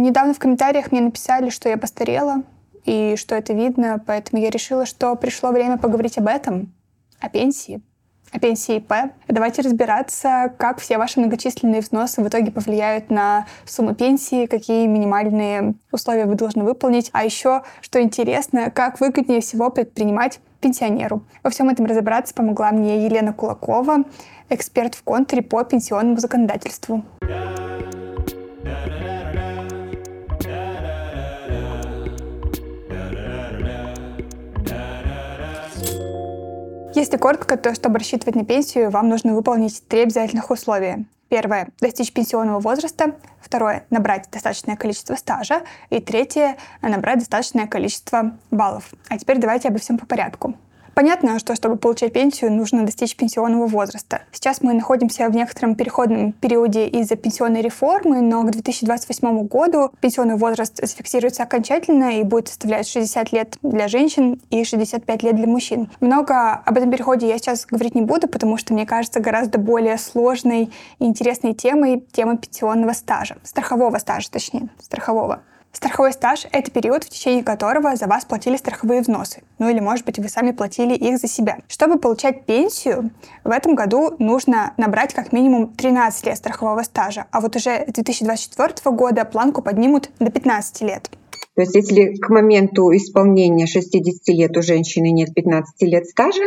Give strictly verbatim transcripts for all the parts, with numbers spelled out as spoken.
Недавно в комментариях мне написали, что я постарела и что это видно, поэтому я решила, что пришло время поговорить об этом, о пенсии, о пенсии ИП. Давайте разбираться, как все ваши многочисленные взносы в итоге повлияют на сумму пенсии, какие минимальные условия вы должны выполнить, а еще, что интересно, как выгоднее всего предпринимать пенсионеру. Во всем этом разобраться помогла мне Елена Кулакова, эксперт в контуре по пенсионному законодательству. Если коротко, то чтобы рассчитывать на пенсию, вам нужно выполнить три обязательных условия. Первое – достичь пенсионного возраста. Второе – набрать достаточное количество стажа. И третье – набрать достаточное количество баллов. А теперь давайте обо всем по порядку. Понятно, что чтобы получать пенсию, нужно достичь пенсионного возраста. Сейчас мы находимся в некотором переходном периоде из-за пенсионной реформы, но к две тысячи двадцать восьмому году пенсионный возраст зафиксируется окончательно и будет составлять шестьдесят лет для женщин и шестьдесят пять лет для мужчин. Много об этом переходе я сейчас говорить не буду, потому что, мне кажется, гораздо более сложной и интересной темой тема пенсионного стажа. Страхового стажа, точнее, страхового. Страховой стаж — это период, в течение которого за вас платили страховые взносы. Ну или, может быть, вы сами платили их за себя. Чтобы получать пенсию, в этом году нужно набрать как минимум тринадцать лет страхового стажа, а вот уже с две тысячи двадцать четвёртого года планку поднимут до пятнадцати лет. То есть если к моменту исполнения шестидесяти лет у женщины нет пятнадцати лет стажа,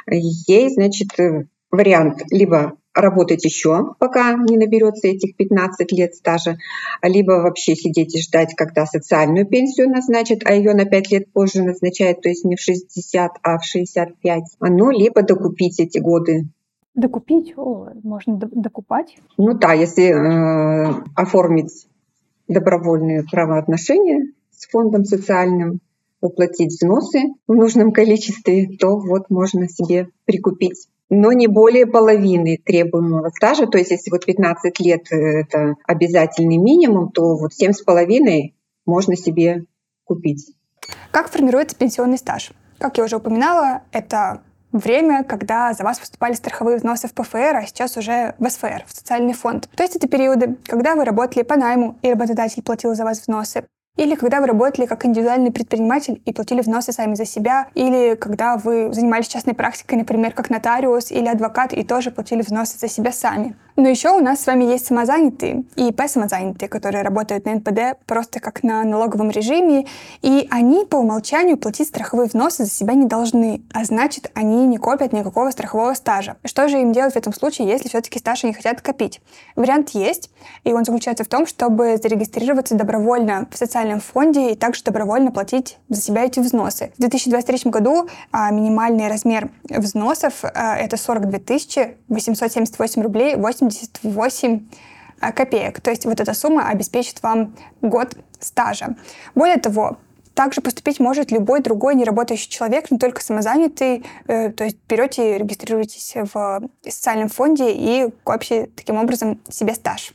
ей, значит, вариант либо работать еще, пока не наберется этих пятнадцать лет стажа, либо вообще сидеть и ждать, когда социальную пенсию назначат, а ее на пять лет позже назначают, то есть не в шестьдесят, а в шестьдесят пять. Ну, либо докупить эти годы. Докупить? О, можно докупать? Ну да, если э, оформить добровольные правоотношения с фондом социальным, уплатить взносы в нужном количестве, то вот можно себе прикупить. Но не более половины требуемого стажа. То есть если вот пятнадцать лет — это обязательный минимум, то вот семь с половиной можно себе купить. Как формируется пенсионный стаж? Как я уже упоминала, это время, когда за вас поступали страховые взносы в ПФР, а сейчас уже в СФР, в социальный фонд. То есть это периоды, когда вы работали по найму, и работодатель платил за вас взносы. Или когда вы работали как индивидуальный предприниматель и платили взносы сами за себя. Или когда вы занимались частной практикой, например, как нотариус или адвокат, и тоже платили взносы за себя сами. Но еще у нас с вами есть самозанятые и ИП-самозанятые, которые работают на эн пэ дэ просто как на налоговом режиме, и они по умолчанию платить страховые взносы за себя не должны, а значит, они не копят никакого страхового стажа. Что же им делать в этом случае, если все-таки стаж они хотят копить? Вариант есть, и он заключается в том, чтобы зарегистрироваться добровольно в социальном фонде и также добровольно платить за себя эти взносы. В две тысячи двадцать третьем году а, минимальный размер взносов а, это сорок две тысячи восемьсот семьдесят восемь рублей восемьдесят восемь копеек. То есть вот эта сумма обеспечит вам год стажа. Более того, также поступить может любой другой неработающий человек, не только самозанятый. Э, то есть берете, регистрируетесь в социальном фонде и копите таким образом себе стаж.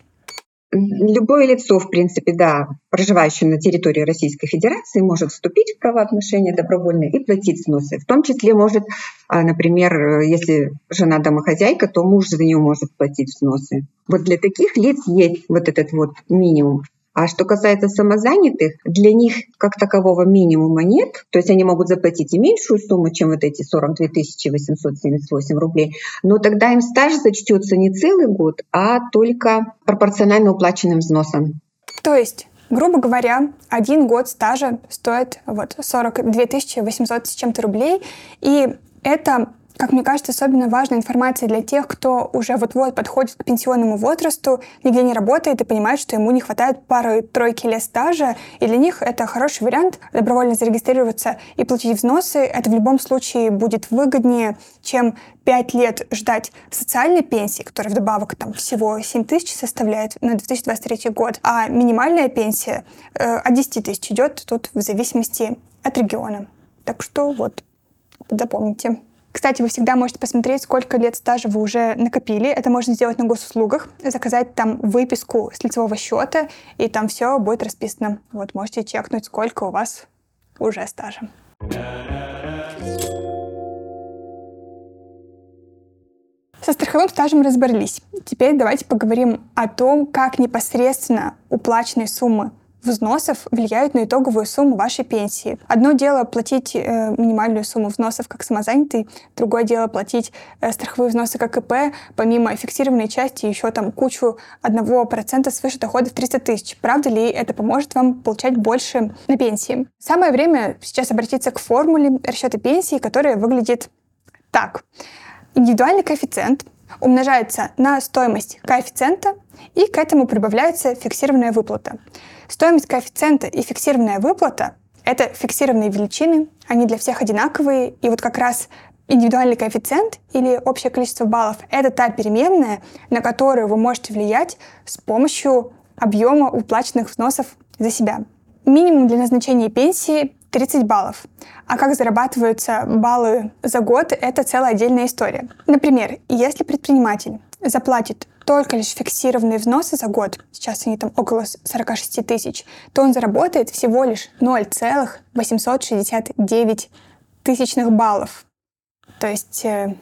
Любое лицо, в принципе, да, проживающее на территории Российской Федерации, может вступить в правоотношения добровольно и платить взносы. В том числе может, например, если жена домохозяйка, то муж за нее может платить взносы. Вот для таких лиц есть вот этот вот минимум. А что касается самозанятых, для них как такового минимума нет. То есть они могут заплатить и меньшую сумму, чем вот эти сорок две тысячи восемьсот семьдесят восемь рублей. Но тогда им стаж зачтется не целый год, а только пропорционально уплаченным взносам. То есть, грубо говоря, один год стажа стоит вот сорок две тысячи восемьсот с чем-то рублей. И это, как мне кажется, особенно важная информация для тех, кто уже вот-вот подходит к пенсионному возрасту, нигде не работает и понимает, что ему не хватает пары-тройки лет стажа. И для них это хороший вариант добровольно зарегистрироваться и платить взносы. Это в любом случае будет выгоднее, чем пять лет ждать социальной пенсии, которая вдобавок там всего семь тысяч составляет на две тысячи двадцать третий год, а минимальная пенсия э, от десяти тысяч идет тут в зависимости от региона. Так что вот, запомните. Кстати, вы всегда можете посмотреть, сколько лет стажа вы уже накопили. Это можно сделать на госуслугах, заказать там выписку с лицевого счета, и там все будет расписано. Вот, можете чекнуть, сколько у вас уже стажа. Со страховым стажем разобрались. Теперь давайте поговорим о том, как непосредственно уплаченные суммы взносов влияют на итоговую сумму вашей пенсии. Одно дело платить э, минимальную сумму взносов как самозанятый, другое дело платить э, страховые взносы как ИП, помимо фиксированной части еще там кучу одного процента свыше дохода в триста тысяч. Правда ли это поможет вам получать больше на пенсии? Самое время сейчас обратиться к формуле расчета пенсии, которая выглядит так. Индивидуальный коэффициент умножается на стоимость коэффициента, и к этому прибавляется фиксированная выплата. Стоимость коэффициента и фиксированная выплата — это фиксированные величины, они для всех одинаковые, и вот как раз индивидуальный коэффициент или общее количество баллов — это та переменная, на которую вы можете влиять с помощью объема уплаченных взносов за себя. Минимум для назначения пенсии — тридцать баллов. А как зарабатываются баллы за год — это целая отдельная история. Например, если предприниматель заплатит только лишь фиксированные взносы за год, сейчас они там около сорок шесть тысяч, то он заработает всего лишь ноль целых восемьсот шестьдесят девять тысячных баллов. То есть э,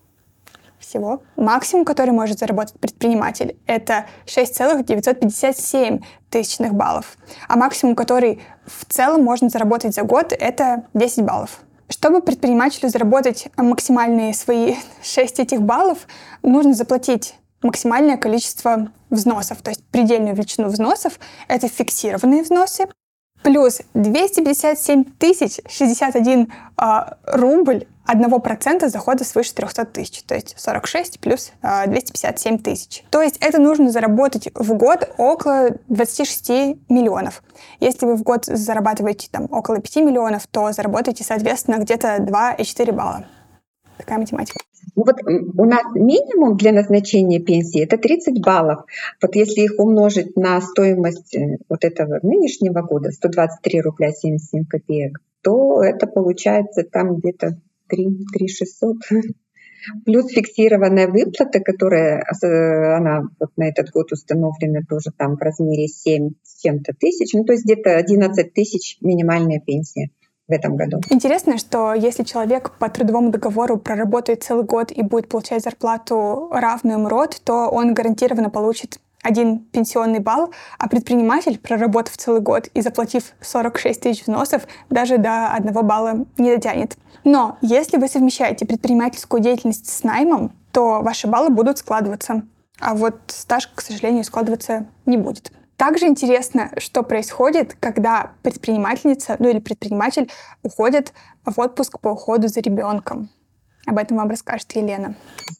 всего. Максимум, который может заработать предприниматель, это шесть целых девятьсот пятьдесят семь тысячных баллов. А максимум, который в целом можно заработать за год, это десять баллов. Чтобы предпринимателю заработать максимальные свои шесть этих баллов, нужно заплатить максимальное количество взносов, то есть предельную величину взносов — это фиксированные взносы, плюс двести пятьдесят семь тысяч шестьдесят один а, рубль одного процента с дохода свыше трехсот тысяч, то есть сорок шесть плюс а, двести пятьдесят семь тысяч. То есть это нужно заработать в год около двадцать шесть миллионов. Если вы в год зарабатываете там около пяти миллионов, то заработаете, соответственно, где-то два и четыре балла. Такая математика. Ну вот у нас минимум для назначения пенсии — это тридцать баллов. Вот если их умножить на стоимость вот этого нынешнего года, сто двадцать три рубля семьдесят семь копеек, то это получается там где-то три тысячи шестьсот. Плюс фиксированная выплата, которая она вот на этот год установлена тоже там в размере семь с чем-то тысяч, ну то есть где-то одиннадцать тысяч минимальная пенсия в этом году. Интересно, что если человек по трудовому договору проработает целый год и будет получать зарплату равную МРОТ, то он гарантированно получит один пенсионный балл, а предприниматель, проработав целый год и заплатив сорок шесть тысяч взносов, даже до одного балла не дотянет. Но если вы совмещаете предпринимательскую деятельность с наймом, то ваши баллы будут складываться, а вот стаж, к сожалению, складываться не будет. Также интересно, что происходит, когда предпринимательница, ну или предприниматель уходит в отпуск по уходу за ребенком. Об этом вам расскажет Елена.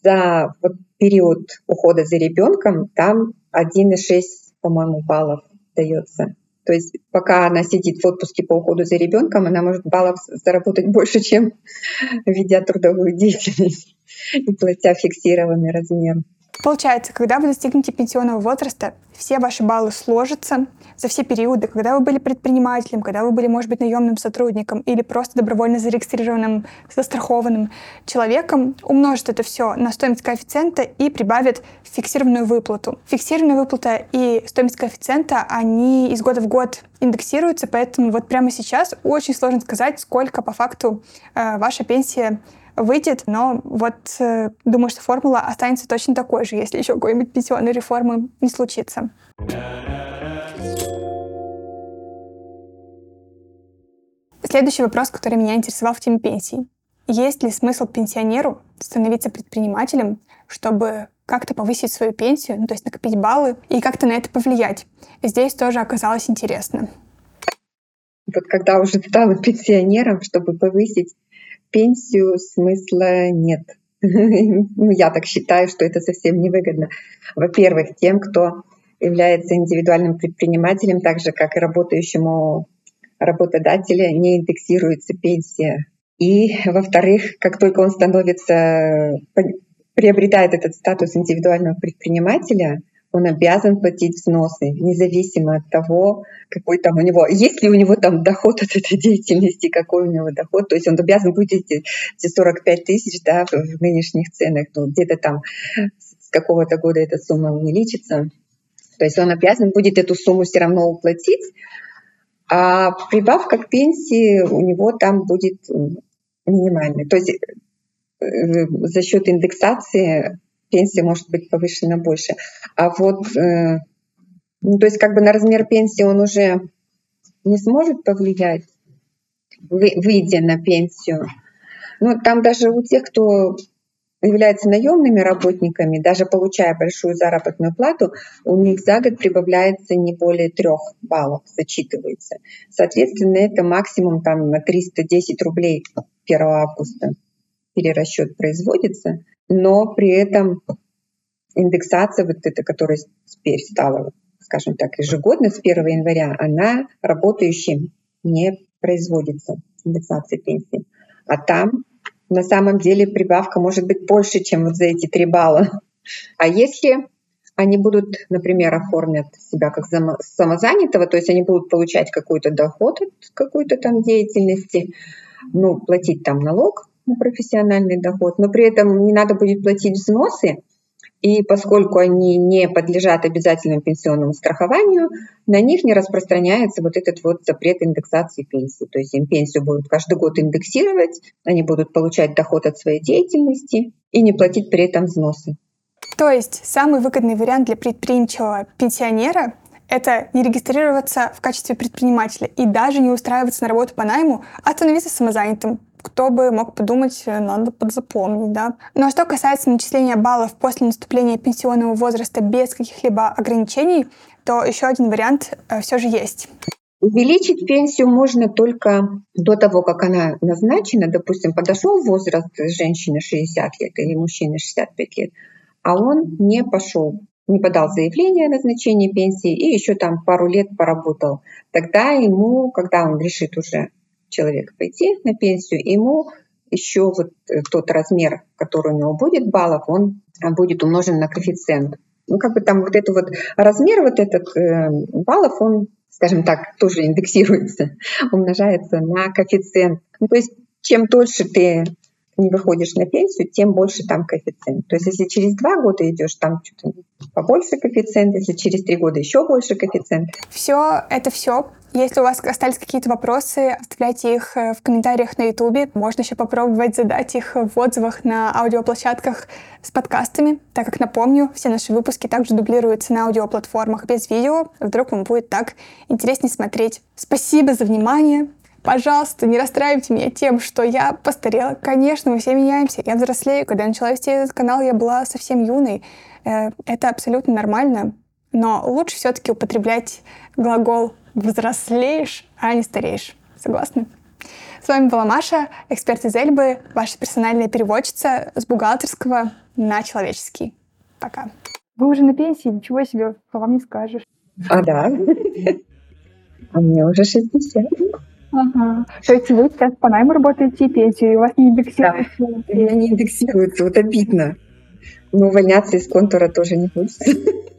За вот период ухода за ребенком там один и шесть, по-моему, баллов дается. То есть пока она сидит в отпуске по уходу за ребенком, она может баллов заработать больше, чем ведя трудовую деятельность и платя фиксированный размер. Получается, когда вы достигнете пенсионного возраста, все ваши баллы сложатся за все периоды, когда вы были предпринимателем, когда вы были, может быть, наемным сотрудником или просто добровольно зарегистрированным, застрахованным человеком, умножат это все на стоимость коэффициента и прибавят фиксированную выплату. Фиксированная выплата и стоимость коэффициента, они из года в год индексируются, поэтому вот прямо сейчас очень сложно сказать, сколько по факту э, ваша пенсия выйдет, но вот э, думаю, что формула останется точно такой же, если еще какой-нибудь пенсионной реформы не случится. Следующий вопрос, который меня интересовал в теме пенсии. Есть ли смысл пенсионеру становиться предпринимателем, чтобы как-то повысить свою пенсию, ну, то есть накопить баллы, и как-то на это повлиять? Здесь тоже оказалось интересно. Вот когда уже стала пенсионером, чтобы повысить пенсию, смысла нет. Ну, я так считаю, что это совсем невыгодно. Во-первых, тем, кто является индивидуальным предпринимателем, так же, как и работающему работодателя, не индексируется пенсия. И, во-вторых, как только он становится, приобретает этот статус индивидуального предпринимателя, он обязан платить взносы, независимо от того, какой там у него, есть ли у него там доход от этой деятельности, какой у него доход. То есть он обязан будет эти сорок пять тысяч, да, в нынешних ценах, ну, где-то там с какого-то года эта сумма увеличится. То есть он обязан будет эту сумму все равно уплатить, а прибавка к пенсии у него там будет минимальная. То есть за счет индексации пенсия может быть повышена больше. А вот, э, ну, то есть как бы на размер пенсии он уже не сможет повлиять, выйдя на пенсию. Но там даже у тех, кто являются наемными работниками, даже получая большую заработную плату, у них за год прибавляется не более трех баллов, зачитывается. Соответственно, это максимум там на триста десять рублей первого августа перерасчет производится, но при этом индексация вот эта, которая теперь стала, скажем так, ежегодно с первого января, она работающим не производится, индексация пенсии. А там на самом деле прибавка может быть больше, чем вот за эти три балла. А если они будут, например, оформят себя как самозанятого, то есть они будут получать какой-то доход от какой-то там деятельности, ну, платить там налог на профессиональный доход, но при этом не надо будет платить взносы, и поскольку они не подлежат обязательному пенсионному страхованию, на них не распространяется вот этот вот запрет индексации пенсии. То есть им пенсию будут каждый год индексировать, они будут получать доход от своей деятельности и не платить при этом взносы. То есть самый выгодный вариант для предприимчивого пенсионера — это не регистрироваться в качестве предпринимателя и даже не устраиваться на работу по найму, а становиться самозанятым. Кто бы мог подумать, надо подзапомнить, да. Ну а что касается начисления баллов после наступления пенсионного возраста без каких-либо ограничений, то еще один вариант э, все же есть. Увеличить пенсию можно только до того, как она назначена. Допустим, подошел возраст женщины шестьдесят лет или мужчины шестьдесят пять лет, а он не пошел, не подал заявление о назначении пенсии и еще там пару лет поработал. Тогда ему, когда он решит уже человек пойти на пенсию, ему еще вот тот размер, который у него будет баллов, он будет умножен на коэффициент. Ну, как бы там вот этот вот размер вот этот э, баллов, он, скажем так, тоже индексируется, умножается на коэффициент. Ну, то есть чем дольше ты не выходишь на пенсию, тем больше там коэффициент. То есть если через два года идешь, там что-то побольше коэффициент, если через три года еще больше коэффициент. Все, это все. Если у вас остались какие-то вопросы, оставляйте их в комментариях на Ютубе. Можно еще попробовать задать их в отзывах на аудиоплощадках с подкастами, так как, напомню, все наши выпуски также дублируются на аудиоплатформах без видео. Вдруг вам будет так интереснее смотреть. Спасибо за внимание. Пожалуйста, не расстраивайте меня тем, что я постарела. Конечно, мы все меняемся. Я взрослею. Когда я начала вести этот канал, я была совсем юной. Это абсолютно нормально. Но лучше все-таки употреблять глагол «взрослеешь», а не «стареешь». Согласны? С вами была Маша, эксперт из Эльбы, ваша персональная переводчица с бухгалтерского на человеческий. Пока. Вы уже на пенсии, ничего себе, по вам не скажешь. А, да. А мне уже шестьдесят. Ага. То есть вы сейчас по найму работаете и пенсию, и у вас не индексируется? Да, у меня не индексируется, вот обидно. Но увольняться из контура тоже не хочется.